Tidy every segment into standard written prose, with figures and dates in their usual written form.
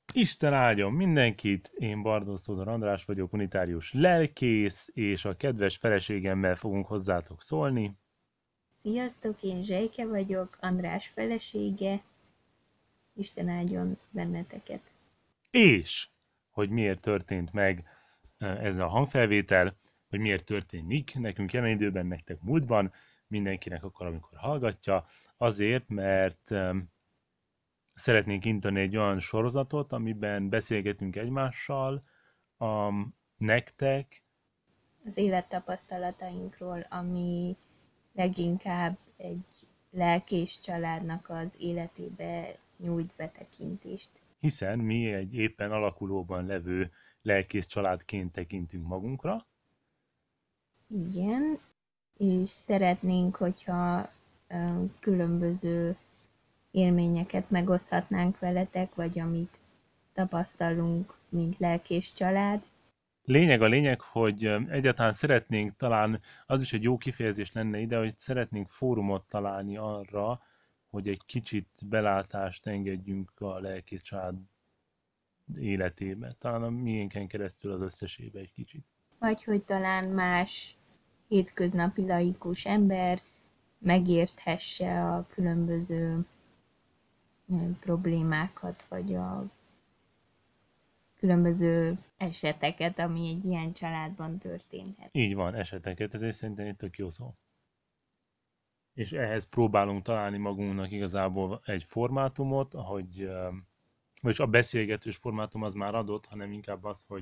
Isten áldjon mindenkit, én Bardos Tódor András vagyok, unitárius lelkész, és a kedves feleségemmel fogunk hozzátok szólni. Sziasztok, én Zsejke vagyok, András felesége. Isten áldjon benneteket. És, hogy miért történt meg ez a hangfelvétel, hogy miért történik nekünk jelen időben, nektek múltban, mindenkinek akkor, amikor hallgatja, azért, mert szeretnénk indítani egy olyan sorozatot, amiben beszélgetünk egymással, nektek, Az élettapasztalatainkról, ami leginkább egy lelkés családnak az életébe nyújt betekintést. hiszen mi egy éppen alakulóban levő lelkész családként tekintünk magunkra. Igen, és szeretnénk, hogyha különböző élményeket megoszthatnánk veletek, vagy amit tapasztalunk, mint lelkés család. Lényeg, hogy egyáltalán szeretnénk talán, az is egy jó kifejezés lenne ide, hogy szeretnénk fórumot találni arra, hogy egy kicsit belátást engedjünk a lelkész család életébe. Talán a miénken keresztül az összesébe egy kicsit. Vagy hogy talán más hétköznapi laikus ember megérthesse a különböző problémákat, vagy a különböző eseteket, ami egy ilyen családban történhet. Így van, eseteket, ez szerintem egy tök jó szó. És ehhez próbálunk találni magunknak igazából egy formátumot, hogy vagyis a beszélgetős formátum az már adott, hanem inkább az, hogy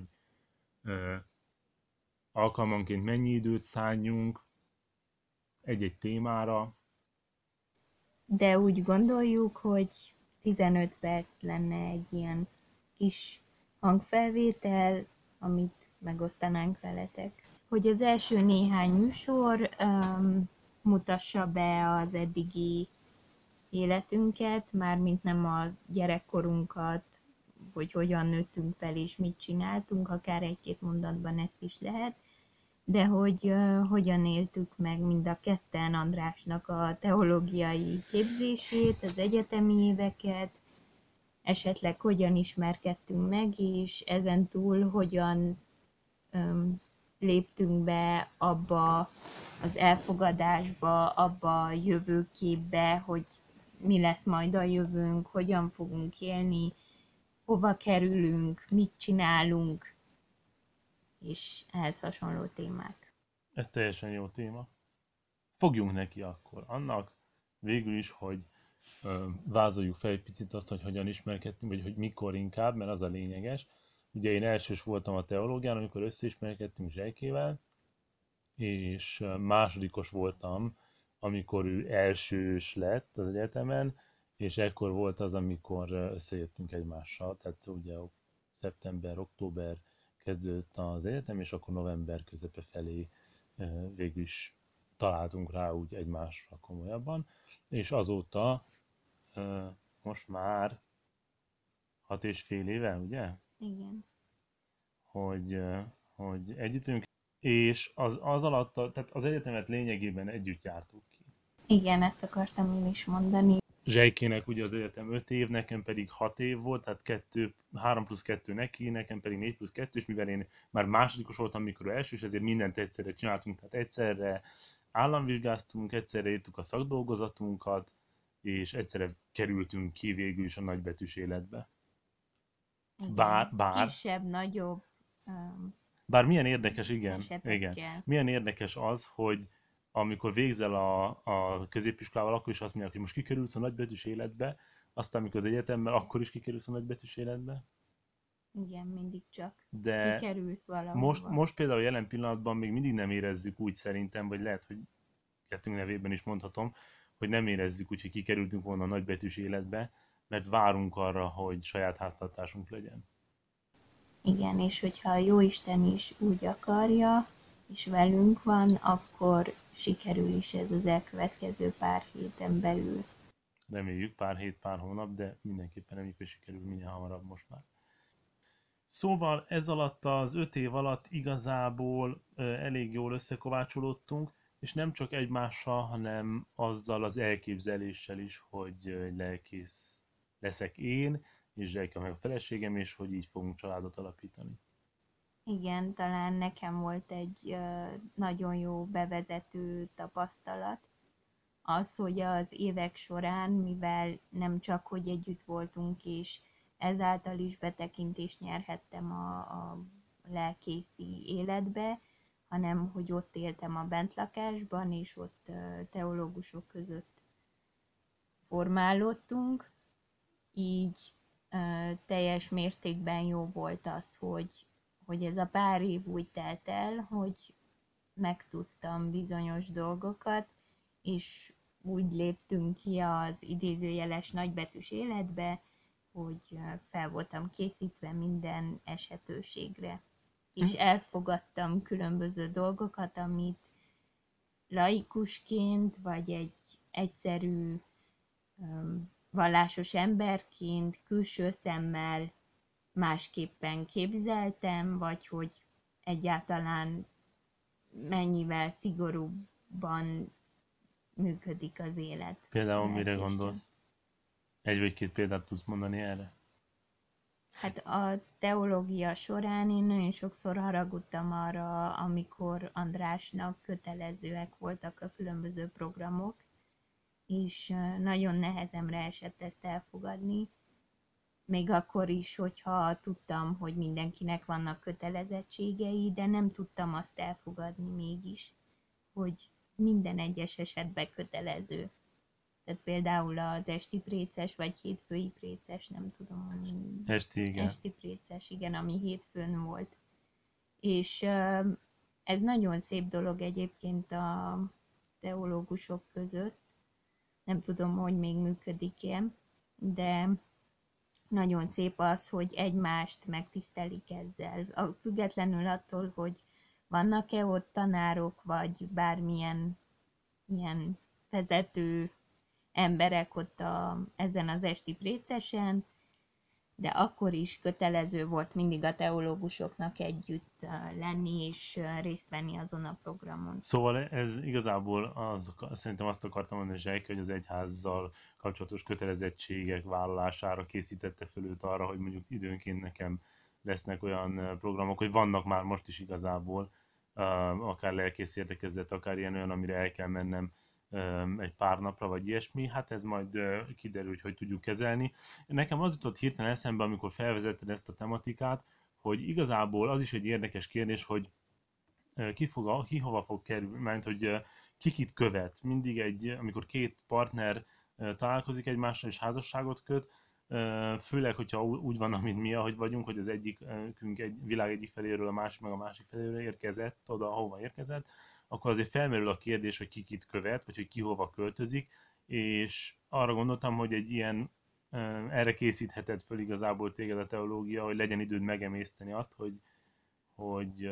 alkalmanként mennyi időt szálljunk egy-egy témára. De úgy gondoljuk, hogy 15 perc lenne egy ilyen kis hangfelvétel, amit megosztanánk veletek. Hogy az első néhány műsor mutassa be az eddigi életünket, mármint nem a gyerekkorunkat, hogy hogyan nőttünk fel és mit csináltunk, akár egy-két mondatban ezt is lehet, de hogy hogyan éltük meg mind a ketten Andrásnak a teológiai képzését, az egyetemi éveket, esetleg hogyan ismerkedtünk meg, és ezen túl hogyan léptünk be abba az elfogadásba, abba a jövőképbe, hogy mi lesz majd a jövőnk, hogyan fogunk élni, hova kerülünk, mit csinálunk, és ehhez hasonló témák. Ez teljesen jó téma. Fogjunk neki akkor annak, végül is, hogy vázoljuk fel egy picit azt, hogy hogyan ismerkedtünk, vagy hogy mikor inkább, mert az a lényeges. Ugye én elsős voltam a teológián, amikor összeismerkedtünk Zsejkével, és másodikos voltam, amikor ő elsős lett az egyetemen, és ekkor volt az, amikor összejöttünk egymással, tehát ugye szeptember, október kezdődött az egyetem, és akkor november közepe felé végül is találtunk rá úgy egymásra komolyabban, és azóta most már 6,5 éve, ugye? Igen. Hogy együtt vagyunk, és az alatt, tehát az egyetemet lényegében együtt jártuk ki. Igen, ezt akartam én is mondani. Zsejkének ugye az egyetem 5 év, nekem pedig 6 év volt, tehát 3+2 neki, nekem pedig 4+2, és mivel én már másodikos voltam, mikor elsős, ezért mindent egyszerre csináltunk, tehát egyszerre államvizsgáztunk, egyszerre írtuk a szakdolgozatunkat, és egyszerre kerültünk ki végül is a nagybetűs életbe. Igen. Kisebb, nagyobb bár milyen érdekes, igen, esetekkel. milyen érdekes az, hogy amikor végzel a középiskolával, akkor is azt mondják, hogy most kikerülsz a nagybetűs életbe, aztán amikor az egyetemmel, akkor is kikerülsz a nagybetűs életbe. Igen, mindig csak De kikerülsz valahova. most például jelen pillanatban még mindig nem érezzük úgy szerintem, vagy lehet, hogy kettőnk nevében is mondhatom, hogy nem érezzük úgy, hogy kikerültünk volna a nagybetűs életbe, mert várunk arra, hogy saját háztartásunk legyen. Igen, és hogyha a Jóisten is úgy akarja, és velünk van, akkor sikerül is ez az elkövetkező pár héten belül. Reméljük pár hét, pár hónap, de mindenképpen reméljük, hogy sikerül minél hamarabb most már. Szóval ez alatt az 5 év alatt igazából elég jól összekovácsolódtunk, és nem csak egymással, hanem azzal az elképzeléssel is, hogy lelkész leszek én, és Zsejka meg a feleségem, és hogy így fogunk családot alapítani. Igen, talán nekem volt egy nagyon jó bevezető tapasztalat. Az, hogy az évek során, mivel nem csak, hogy együtt voltunk, és ezáltal is betekintést nyerhettem a lelkészi életbe, hanem hogy ott éltem a bentlakásban, és ott teológusok között formálódtunk, így teljes mértékben jó volt az, hogy ez a pár év úgy telt el, hogy megtudtam bizonyos dolgokat, és úgy léptünk ki az idézőjeles nagybetűs életbe, hogy fel voltam készítve minden esetőségre. És elfogadtam különböző dolgokat, amit laikusként, vagy egy egyszerű vallásos emberként, külső szemmel másképpen képzeltem, vagy hogy egyáltalán mennyivel szigorúbban működik az élet. Például mire lelkisten. gondolsz? Egy vagy két példát tudsz mondani erre? Hát a teológia során én nagyon sokszor haragudtam arra, amikor Andrásnak kötelezőek voltak a különböző programok, és nagyon nehezemre esett ezt elfogadni, még akkor is, hogyha tudtam, hogy mindenkinek vannak kötelezettségei, de nem tudtam azt elfogadni mégis, hogy minden egyes esetben kötelező. Tehát például az esti préces, vagy hétfői préces, nem tudom, Igen. esti préces, igen, ami hétfőn volt. És ez nagyon szép dolog egyébként a teológusok között. Nem tudom, hogy még működik-e, de nagyon szép az, hogy egymást megtisztelik ezzel. Függetlenül attól, hogy vannak-e ott tanárok, vagy bármilyen ilyen vezető emberek ott ezen az esti précesen, de akkor is kötelező volt mindig a teológusoknak együtt lenni és részt venni azon a programon. Szóval ez igazából szerintem azt akartam mondani Zsejke, hogy az egyházzal kapcsolatos kötelezettségek vállalására készítette fel őt arra, hogy mondjuk időnként nekem lesznek olyan programok, hogy vannak már most is igazából, akár lelkész értekezlet, akár ilyen olyan, amire el kell mennem egy pár napra, vagy ilyesmi, hát ez majd kiderül, hogy tudjuk kezelni. Nekem az jutott hirtelen eszembe, amikor felvezetted ezt a tematikát, hogy igazából az is egy érdekes kérdés, hogy ki hova fog kerülni, mert hogy ki kit követ. Mindig amikor két partner találkozik egymással és házasságot köt, főleg, hogyha úgy van, mint mi, ahogy vagyunk, hogy az egyikünk egy világ egyik feléről, a másik meg a másik feléről érkezett, oda, ahova érkezett, akkor azért felmerül a kérdés, hogy ki kit követ, vagy hogy ki hova költözik, és arra gondoltam, hogy egy ilyen erre készíthetett föl igazából téged a teológia, hogy legyen időd megemészteni azt, hogy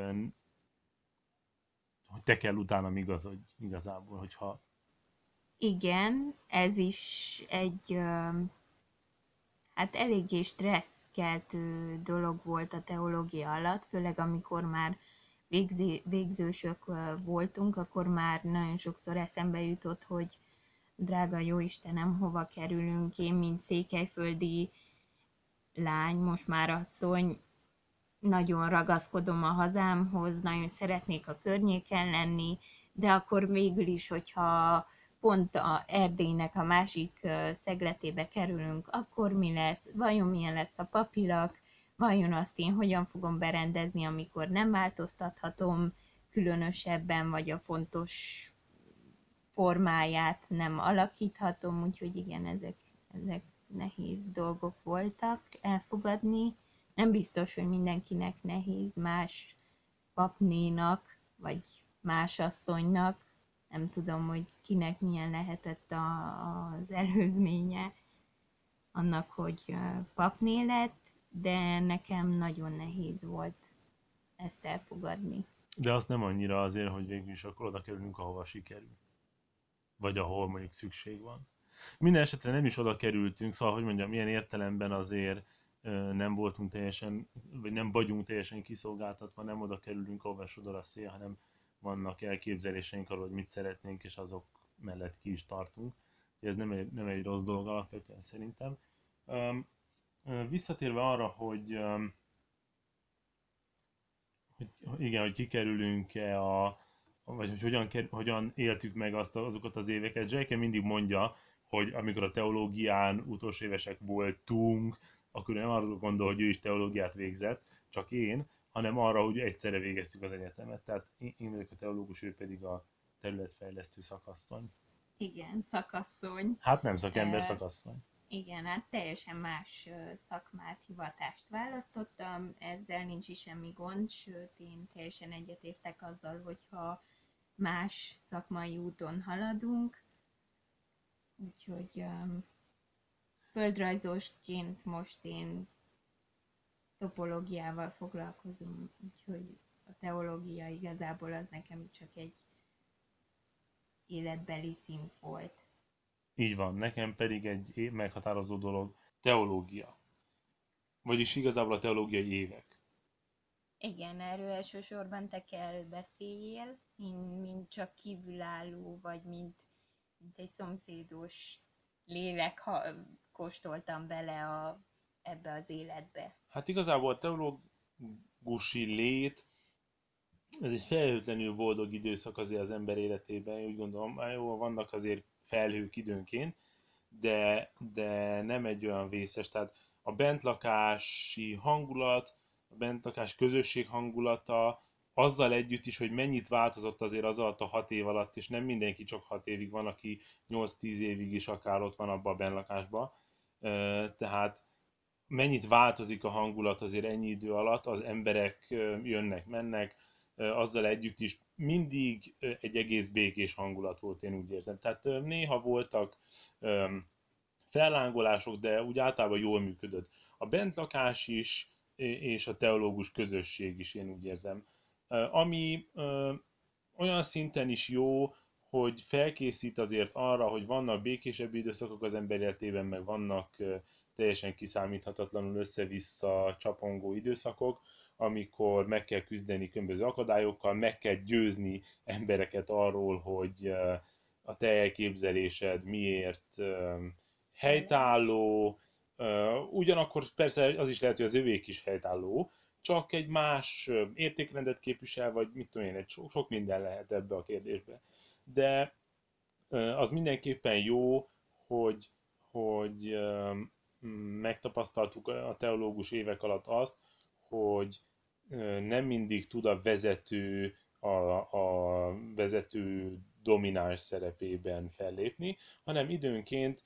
te kell utánam igazodj igazából, hogyha... Igen, ez is egy hát eléggé stresszkeltő dolog volt a teológia alatt, főleg amikor már végzősök voltunk, akkor már nagyon sokszor eszembe jutott, hogy drága jó Istenem, hova kerülünk, én, mint székelyföldi lány, most már asszony, nagyon ragaszkodom a hazámhoz, nagyon szeretnék a környéken lenni, de akkor végül is, hogyha pont a Erdélynek a másik szegletébe kerülünk, akkor mi lesz, vajon milyen lesz a papilak, vajon azt én hogyan fogom berendezni, amikor nem változtathatom különösebben, vagy a fontos formáját nem alakíthatom, úgyhogy igen, ezek nehéz dolgok voltak elfogadni. Nem biztos, hogy mindenkinek nehéz, más papnénak, vagy más asszonynak, nem tudom, hogy kinek milyen lehetett az előzménye annak, hogy papné lett, de nekem nagyon nehéz volt ezt elfogadni. De azt nem annyira azért, hogy végül is akkor oda kerülünk, ahova sikerül. Vagy ahol mondjuk szükség van. Minden esetre nem is oda kerültünk, szóval, hogy mondjam, ilyen értelemben azért nem voltunk teljesen, vagy nem vagyunk teljesen kiszolgáltatva, nem oda kerülünk, ahova sodor a szél, hanem vannak elképzeléseink arról, hogy mit szeretnénk, és azok mellett ki is tartunk. Ez nem egy rossz dolog alapvetően szerintem. Visszatérve arra, hogy igen, hogy kikerülünk-e vagy hogy hogyan éltük meg azokat az éveket. Zsejke mindig mondja, hogy amikor a teológián utolsó évesek voltunk, akkor nem arra gondol, hogy ő is teológiát végzett, csak én, hanem arra, hogy egyszerre végeztük az egyetemet. Tehát én vagyok a teológus, ő pedig a területfejlesztő szakasszony. Igen, szakasszony. Hát nem szakember, szakasszony. Igen, hát teljesen más szakmát, hivatást választottam, ezzel nincs is semmi gond, sőt, én teljesen egyetértek azzal, hogyha más szakmai úton haladunk. Úgyhogy földrajzosként most én topológiával foglalkozom, úgyhogy a teológia igazából az nekem csak egy életbeli szint volt. Így van, nekem pedig egy meghatározó dolog, teológia. Vagyis igazából a teológiai évek. Igen, erről elsősorban te kell beszéljél, mint csak kívülálló, vagy mint egy szomszédos lélek, ha kóstoltam bele ebbe az életbe. Hát igazából a teológusi lét, ez egy felhőtlenül boldog időszak azért az ember életében, úgy gondolom, jó, vannak azért felhők időnként, de nem egy olyan vészes, tehát a bentlakási hangulat, a bentlakás közösség hangulata, azzal együtt is, hogy mennyit változott azért az alatt a 6 év alatt, és nem mindenki csak 6 évig van, aki 8-10 évig is akár ott van abban a bentlakásban. Tehát mennyit változik a hangulat azért ennyi idő alatt, az emberek jönnek, mennek, azzal együtt is mindig egy egész békés hangulat volt, én úgy érzem. Tehát néha voltak fellángolások, de úgy általában jól működött. A bentlakás is, és a teológus közösség is, én úgy érzem. Ami olyan szinten is jó, hogy felkészít azért arra, hogy vannak békésebb időszakok az ember életében, meg vannak teljesen kiszámíthatatlanul össze-vissza csapongó időszakok, amikor meg kell küzdeni különböző akadályokkal, meg kell győzni embereket arról, hogy a te elképzelésed miért helytálló, ugyanakkor persze az is lehet, hogy az övék is helytálló, csak egy más értékrendet képvisel, vagy mit tudom én, sok minden lehet ebbe a kérdésbe. De az mindenképpen jó, hogy megtapasztaltuk a teológus évek alatt azt, hogy nem mindig tud a vezető domináns szerepében fellépni, hanem időnként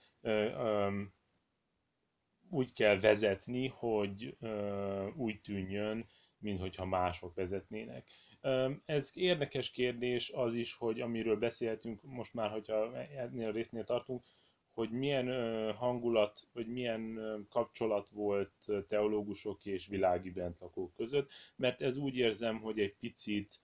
úgy kell vezetni, hogy úgy tűnjön, mintha mások vezetnének. Ez érdekes kérdés az is, hogy amiről beszélhetünk most már, hogyha ennél a résznél tartunk, hogy milyen hangulat, vagy milyen kapcsolat volt teológusok és világi bentlakók között, mert ez úgy érzem, hogy egy picit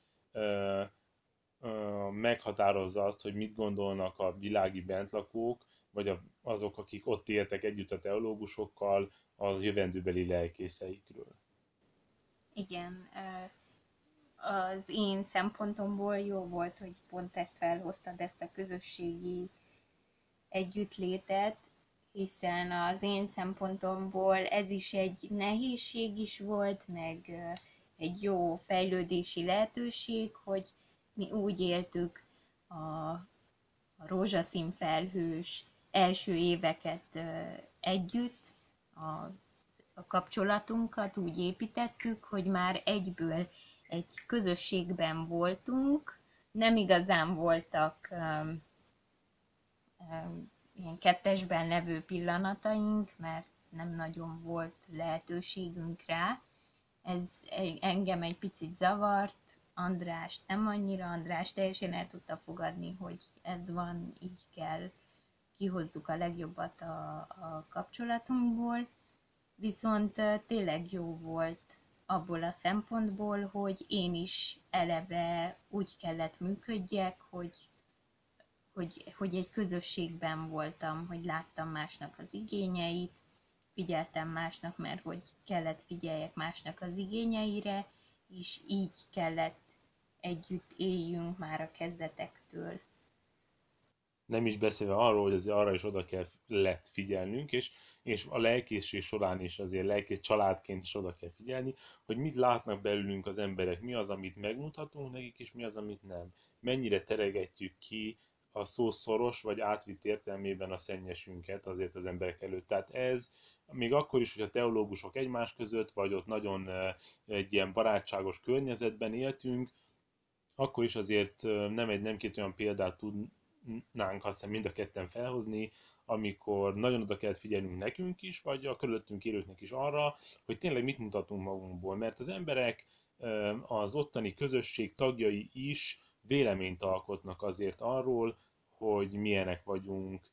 meghatározza azt, hogy mit gondolnak a világi bentlakók, vagy azok, akik ott éltek együtt a teológusokkal, a jövendőbeli lelkészeikről. Igen, az én szempontomból jó volt, hogy pont ezt felhoztad, ezt a közösségi együttlétet, hiszen az én szempontomból ez is egy nehézség is volt, meg egy jó fejlődési lehetőség, hogy mi úgy éltük a rózsaszín felhős első éveket együtt, a kapcsolatunkat úgy építettük, hogy már egyből egy közösségben voltunk, nem igazán voltak ilyen kettesben levő pillanataink, mert nem nagyon volt lehetőségünk rá. Ez engem egy picit zavart, Andrást nem annyira, András teljesen el tudta fogadni, hogy ez van, így kell, kihozzuk a legjobbat a kapcsolatunkból, viszont tényleg jó volt abból a szempontból, hogy én is eleve úgy kellett működjek, hogy egy közösségben voltam, hogy láttam másnak az igényeit, figyeltem másnak, mert hogy kellett figyeljek másnak az igényeire, és így kellett együtt éljünk már a kezdetektől. Nem is beszélve arról, hogy azért arra is oda lett figyelnünk, és a lelkészség során is azért lelkész családként is oda kell figyelni, hogy mit látnak belülünk az emberek, mi az, amit megmutatunk nekik, és mi az, amit nem. Mennyire teregetjük ki a szó szoros vagy átvitt értelmében a szennyesünket azért az emberek előtt. Tehát ez még akkor is, hogy a teológusok egymás között, vagy ott nagyon egy ilyen barátságos környezetben éltünk, akkor is azért nem két olyan példát tudnánk azt hiszem mind a ketten felhozni, amikor nagyon oda kellett figyelnünk nekünk is, vagy a körülöttünk élőknek is arra, hogy tényleg mit mutatunk magunkból, mert az emberek, az ottani közösség tagjai is véleményt alkotnak azért arról, hogy milyenek vagyunk,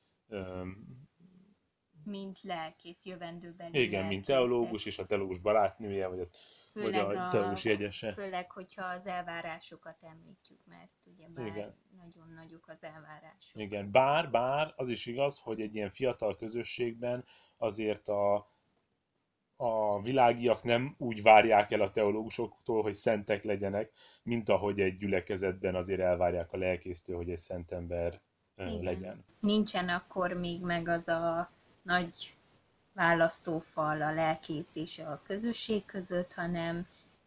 Mint lelkész, jövendőbeli igen, mint lelkészek. teológus és a teológus barátnője, vagy a teológus jegyese. Főleg, hogyha az elvárásokat említjük, mert ugye Igen. nagyon nagyok az elvárások. Igen, bár az is igaz, hogy egy ilyen fiatal közösségben azért a világiak nem úgy várják el a teológusoktól, hogy szentek legyenek, mint ahogy egy gyülekezetben azért elvárják a lelkésztől, hogy egy szent ember legyen. Nincsen akkor még meg az a nagy választófal a lelkész és a közösség között, hanem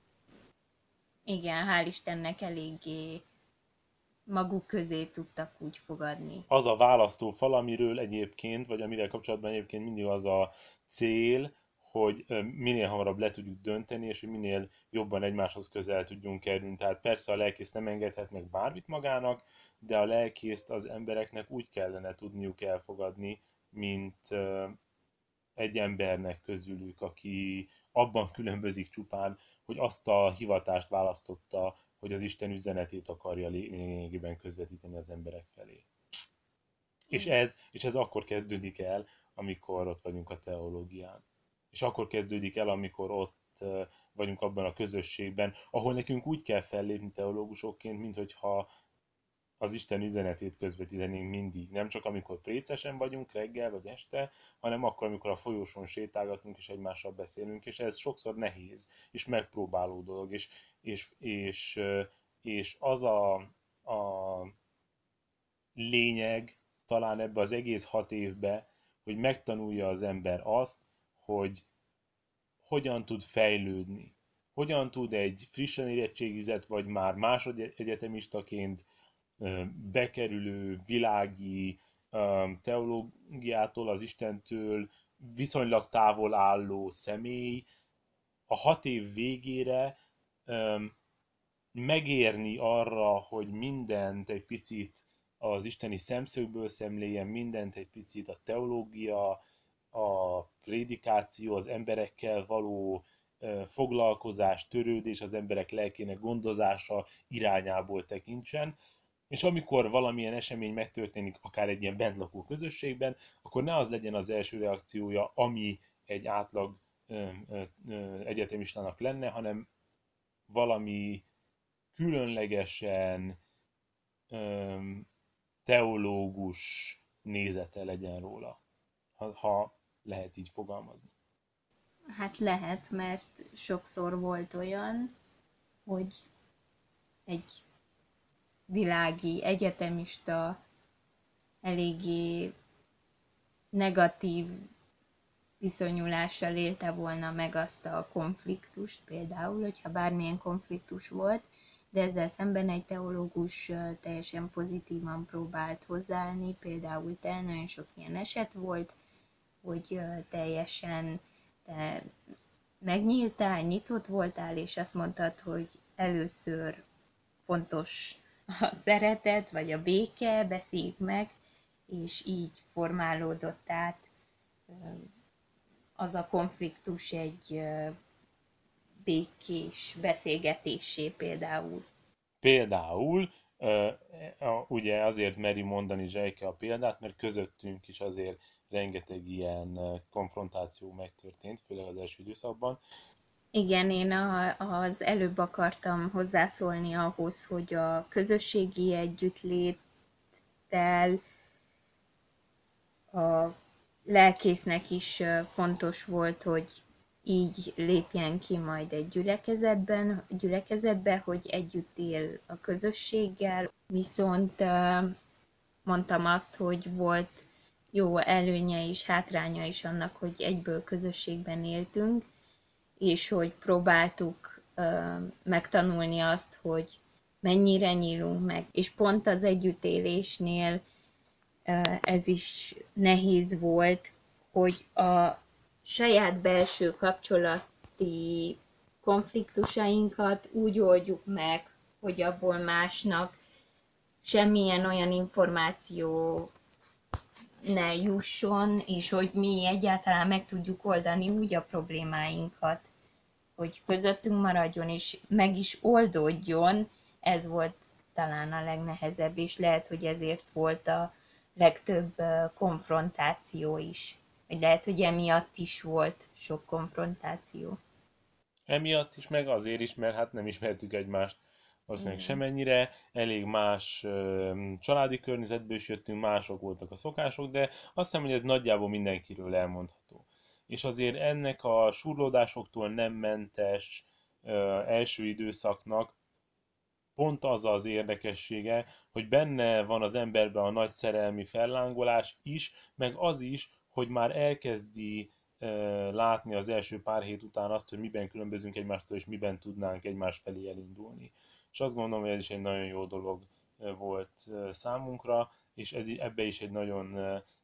igen, hál' Istennek eléggé maguk közé tudtak úgy fogadni. Az a választófal, amiről egyébként, vagy amivel kapcsolatban egyébként mindig az a cél, hogy minél hamarabb le tudjuk dönteni, és hogy minél jobban egymáshoz közel tudjunk kerülni. Tehát persze a lelkész nem engedhet meg bármit magának, de a lelkészt az embereknek úgy kellene tudniuk elfogadni, mint egy embernek közülük, aki abban különbözik csupán, hogy azt a hivatást választotta, hogy az Isten üzenetét akarja lényegében közvetíteni az emberek felé. És ez akkor kezdődik el, amikor ott vagyunk a teológián. És akkor kezdődik el, amikor ott vagyunk abban a közösségben, ahol nekünk úgy kell fellépni teológusokként, mint hogyha az Isten üzenetét közvetítenénk mindig. Nem csak amikor précesen vagyunk reggel vagy este, hanem akkor, amikor a folyosón sétálgatunk és egymással beszélünk, és ez sokszor nehéz, és megpróbáló dolog, és az a lényeg talán ebbe az egész 6 évbe, hogy megtanulja az ember azt, hogy hogyan tud fejlődni. Hogyan tud egy frissen érettségizett, vagy már másodegyetemistaként bekerülő világi teológiától, az Istentől viszonylag távol álló személy a 6 év végére megérni arra, hogy mindent egy picit az isteni szemszögből szemléljen, mindent egy picit a teológia, a prédikáció, az emberekkel való foglalkozás, törődés, az emberek lelkének gondozása irányából tekintsen, és amikor valamilyen esemény megtörténik, akár egy ilyen bentlakó közösségben, akkor ne az legyen az első reakciója, ami egy átlag egyetemistának lenne, hanem valami különlegesen teológus nézete legyen róla, ha lehet így fogalmazni. Hát lehet, mert sokszor volt olyan, hogy egy világi egyetemista eléggé negatív viszonyulással élte volna meg azt a konfliktust, például, hogyha bármilyen konfliktus volt, de ezzel szemben egy teológus teljesen pozitívan próbált hozzáállni, például te nagyon sok ilyen eset volt, hogy teljesen te megnyíltál, nyitott voltál, és azt mondtad, hogy először fontos a szeretet, vagy a béke, beszéljük meg, és így formálódott át az a konfliktus egy békés beszélgetésé például. Például, ugye azért meri mondani Zsejke a példát, mert közöttünk is azért rengeteg ilyen konfrontáció megtörtént, főleg az első időszakban. Igen, én az előbb akartam hozzászólni ahhoz, hogy a közösségi együttléttel a lelkésznek is fontos volt, hogy így lépjen ki majd egy gyülekezetbe, hogy együtt él a közösséggel, viszont mondtam azt, hogy volt jó előnye és hátránya is annak, hogy egyből közösségben éltünk, és hogy próbáltuk megtanulni azt, hogy mennyire nyílunk meg. És pont az együttélésnél ez is nehéz volt, hogy a saját belső kapcsolati konfliktusainkat úgy oldjuk meg, hogy abból másnak semmilyen olyan információ ne jusson, és hogy mi egyáltalán meg tudjuk oldani úgy a problémáinkat, hogy közöttünk maradjon, és meg is oldódjon. Ez volt talán a legnehezebb, és lehet, hogy ezért volt a legtöbb konfrontáció is. Vagy lehet, hogy emiatt is volt sok konfrontáció. Emiatt is, meg azért is, mert hát nem ismertük egymást valószínűleg Igen. semennyire, elég más családi környezetből is jöttünk, mások voltak a szokások, de azt hiszem, hogy ez nagyjából mindenkiről elmondható. És azért ennek a surlódásoktól nem mentes első időszaknak pont az az érdekessége, hogy benne van az emberben a nagy szerelmi fellángolás is, meg az is, hogy már elkezdi látni az első pár hét után azt, hogy miben különbözünk egymástól, és miben tudnánk egymás felé elindulni. És azt gondolom, hogy ez is egy nagyon jó dolog volt számunkra, és ebbe is egy nagyon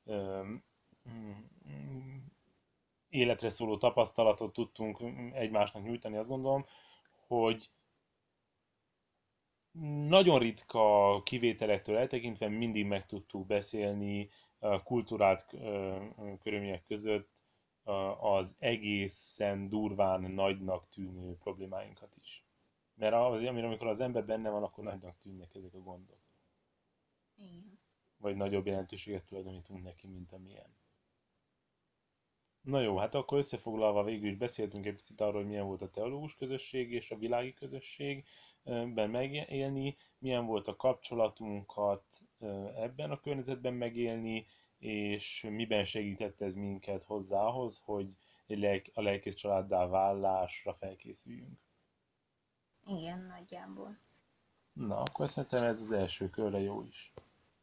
életre szóló tapasztalatot tudtunk egymásnak nyújtani, azt gondolom, hogy nagyon ritka kivételektől eltekintve mindig meg tudtuk beszélni kulturált körülmények között az egészen durván nagynak tűnő problémáinkat is. Mert amikor az ember benne van, akkor nagynak tűnnek ezek a gondok. Igen. Vagy nagyobb jelentőséget tulajdonítunk neki, mint amilyen. Na jó, hát akkor összefoglalva végül is beszéltünk egy picit arról, hogy milyen volt a teológus közösség és a világi közösségben megélni, milyen volt a kapcsolatunkat ebben a környezetben megélni, és miben segített ez minket hozzá ahhoz, hogy a lelkész családdá válásra felkészüljünk. Igen, nagyjából. Na, akkor szerintem ez az első körre jó is.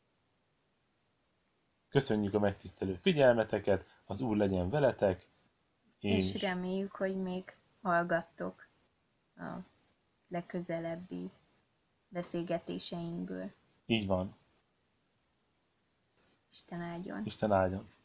Köszönjük a megtisztelő figyelmeteket, az Úr legyen veletek, És reméljük, hogy még hallgattok a legközelebbi beszélgetéseinkből. így van. Isten áldjon! Isten áldjon!